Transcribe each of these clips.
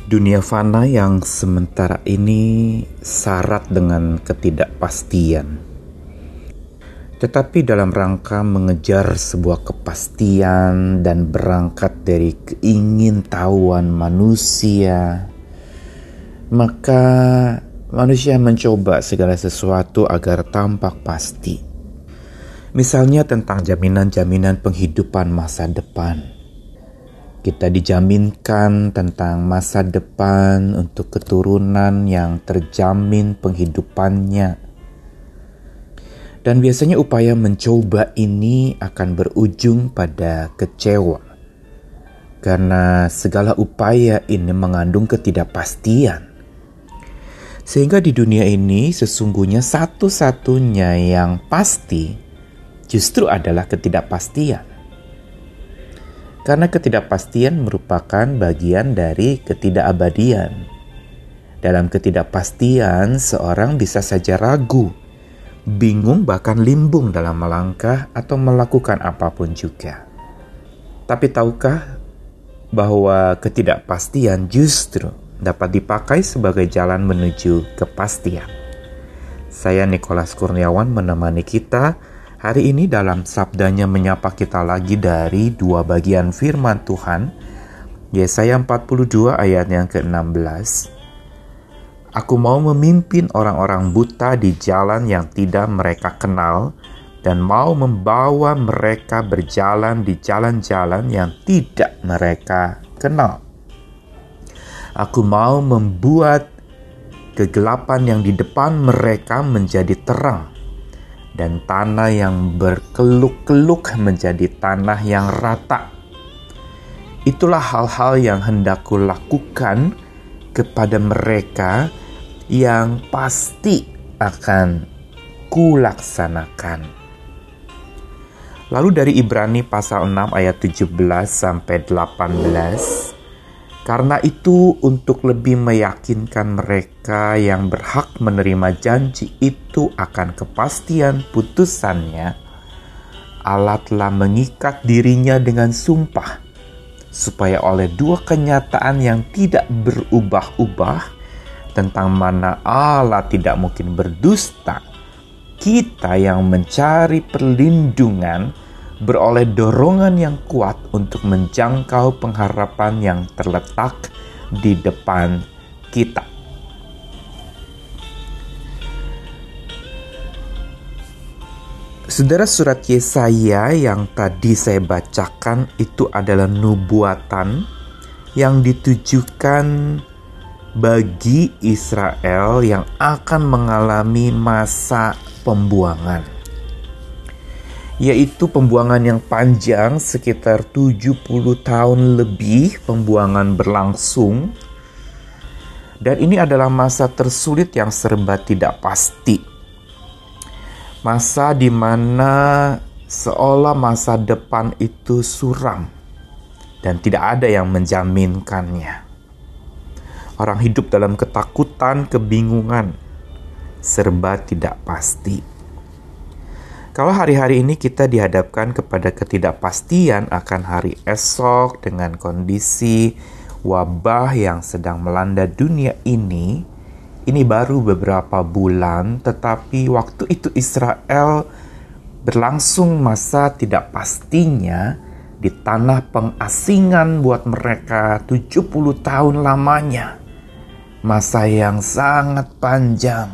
Dunia fana yang sementara ini syarat dengan ketidakpastian. Tetapi dalam rangka mengejar sebuah kepastian dan berangkat dari keingintahuan manusia, maka manusia mencoba segala sesuatu agar tampak pasti. Misalnya tentang jaminan-jaminan penghidupan masa depan. Kita dijaminkan tentang masa depan untuk keturunan yang terjamin penghidupannya. Dan biasanya upaya mencoba ini akan berujung pada kecewa. Karena segala upaya ini mengandung ketidakpastian. Sehingga di dunia ini sesungguhnya satu-satunya yang pasti justru adalah ketidakpastian. Karena ketidakpastian merupakan bagian dari ketidakabadian. Dalam ketidakpastian, seorang bisa saja ragu, bingung bahkan limbung dalam melangkah atau melakukan apapun juga. Tapi tahukah bahwa ketidakpastian justru dapat dipakai sebagai jalan menuju kepastian? Saya Nikolas Kurniawan menemani kita hari ini dalam sabdanya menyapa kita lagi dari dua bagian firman Tuhan. Yesaya 42 ayat yang ke-16. Aku mau memimpin orang-orang buta di jalan yang tidak mereka kenal, dan mau membawa mereka berjalan di jalan-jalan yang tidak mereka kenal. Aku mau membuat kegelapan yang di depan mereka menjadi terang, dan tanah yang berkeluk-keluk menjadi tanah yang rata. Itulah hal-hal yang hendak kulakukan kepada mereka yang pasti akan kulaksanakan. Lalu dari Ibrani pasal 6 ayat 17 sampai 18. Karena itu, untuk lebih meyakinkan mereka yang berhak menerima janji itu akan kepastian putusannya, Allah telah mengikat dirinya dengan sumpah, supaya oleh dua kenyataan yang tidak berubah-ubah, tentang mana Allah tidak mungkin berdusta, kita yang mencari perlindungan beroleh dorongan yang kuat untuk menjangkau pengharapan yang terletak di depan kita. Saudara, surat Yesaya yang tadi saya bacakan itu adalah nubuatan yang ditujukan bagi Israel yang akan mengalami masa pembuangan, yaitu pembuangan yang panjang sekitar 70 tahun lebih pembuangan berlangsung. Dan ini adalah masa tersulit yang serba tidak pasti. Masa di mana seolah masa depan itu suram dan tidak ada yang menjaminkannya. Orang hidup dalam ketakutan, kebingungan, serba tidak pasti. Kalau hari-hari ini kita dihadapkan kepada ketidakpastian akan hari esok dengan kondisi wabah yang sedang melanda dunia ini baru beberapa bulan, tetapi waktu itu Israel berlangsung masa tidak pastinya di tanah pengasingan buat mereka 70 tahun lamanya. Masa yang sangat panjang.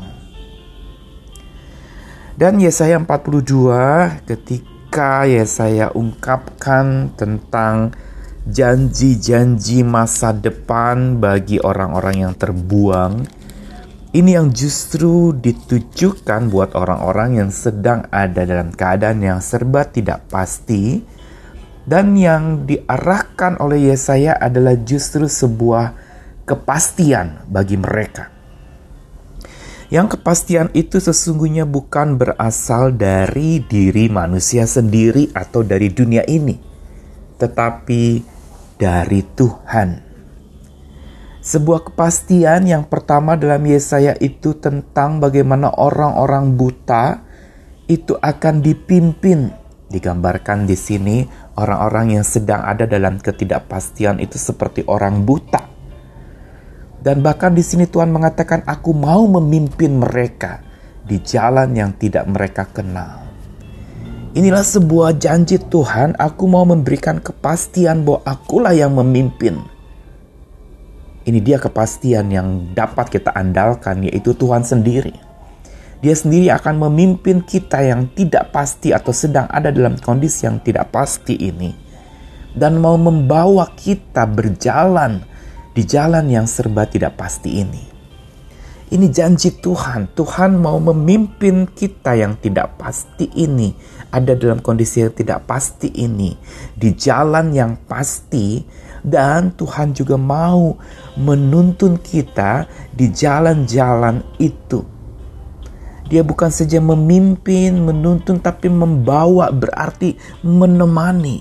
Dan Yesaya 42 ketika Yesaya ungkapkan tentang janji-janji masa depan bagi orang-orang yang terbuang, ini yang justru ditujukan buat orang-orang yang sedang ada dalam keadaan yang serba tidak pasti, dan yang diarahkan oleh Yesaya adalah justru sebuah kepastian bagi mereka. Yang kepastian itu sesungguhnya bukan berasal dari diri manusia sendiri atau dari dunia ini, tetapi dari Tuhan. Sebuah kepastian yang pertama dalam Yesaya itu tentang bagaimana orang-orang buta itu akan dipimpin. Digambarkan di sini orang-orang yang sedang ada dalam ketidakpastian itu seperti orang buta. Dan bahkan di sini Tuhan mengatakan, aku mau memimpin mereka di jalan yang tidak mereka kenal. Inilah sebuah janji Tuhan, aku mau memberikan kepastian bahwa akulah yang memimpin. Ini dia kepastian yang dapat kita andalkan, yaitu Tuhan sendiri. Dia sendiri akan memimpin kita yang tidak pasti atau sedang ada dalam kondisi yang tidak pasti ini. Dan mau membawa kita berjalan di jalan yang serba tidak pasti ini. Ini janji Tuhan. Tuhan mau memimpin kita yang tidak pasti ini, ada dalam kondisi yang tidak pasti ini, di jalan yang pasti. Dan Tuhan juga mau menuntun kita di jalan-jalan itu. Dia bukan saja memimpin, menuntun, tapi membawa, berarti menemani,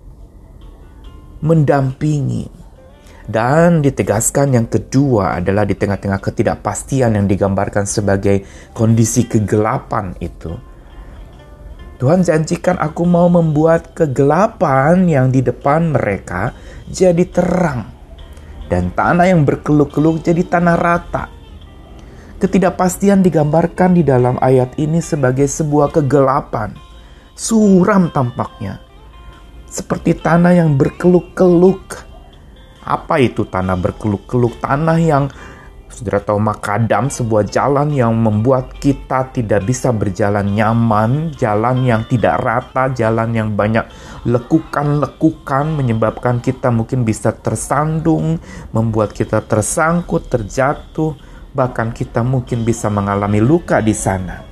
mendampingi. Dan ditegaskan yang kedua adalah di tengah-tengah ketidakpastian yang digambarkan sebagai kondisi kegelapan itu. Tuhan janjikan, aku mau membuat kegelapan yang di depan mereka jadi terang. Dan tanah yang berkeluk-keluk jadi tanah rata. Ketidakpastian digambarkan di dalam ayat ini sebagai sebuah kegelapan. Suram tampaknya. Seperti tanah yang berkeluk-keluk. Apa itu tanah berkeluk-keluk? Tanah yang, saudara tahu, makadam, sebuah jalan yang membuat kita tidak bisa berjalan nyaman, jalan yang tidak rata, jalan yang banyak lekukan-lekukan, menyebabkan kita mungkin bisa tersandung, membuat kita tersangkut, terjatuh, bahkan kita mungkin bisa mengalami luka di sana.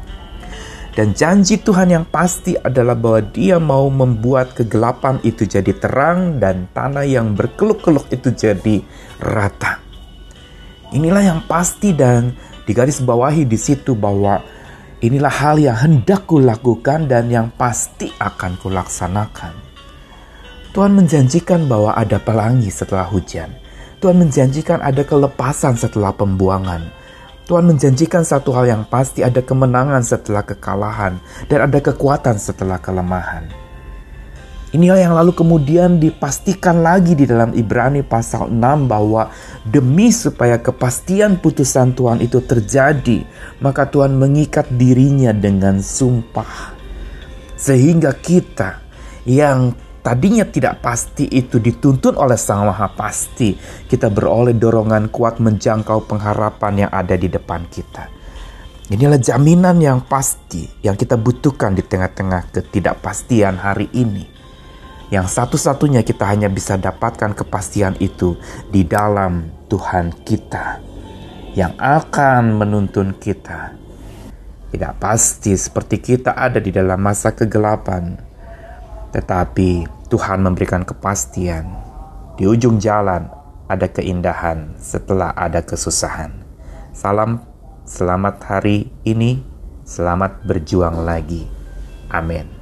Dan janji Tuhan yang pasti adalah bahwa Dia mau membuat kegelapan itu jadi terang dan tanah yang berkeluk-keluk itu jadi rata. Inilah yang pasti, dan digarisbawahi di situ bahwa inilah hal yang hendak kulakukan dan yang pasti akan kulaksanakan. Tuhan menjanjikan bahwa ada pelangi setelah hujan. Tuhan menjanjikan ada kelepasan setelah pembuangan. Tuhan menjanjikan satu hal yang pasti, ada kemenangan setelah kekalahan dan ada kekuatan setelah kelemahan. Inilah yang lalu kemudian dipastikan lagi di dalam Ibrani pasal 6 bahwa demi supaya kepastian putusan Tuhan itu terjadi, maka Tuhan mengikat dirinya dengan sumpah. Sehingga kita yang tadinya tidak pasti itu dituntun oleh Sang Maha Pasti. Kita beroleh dorongan kuat menjangkau pengharapan yang ada di depan kita. Inilah jaminan yang pasti yang kita butuhkan di tengah-tengah ketidakpastian hari ini. Yang satu-satunya kita hanya bisa dapatkan kepastian itu di dalam Tuhan kita, yang akan menuntun kita. Tidak pasti seperti kita ada di dalam masa kegelapan, tetapi Tuhan memberikan kepastian. Di ujung jalan ada keindahan setelah ada kesusahan. Selamat hari ini, selamat berjuang lagi. Amin.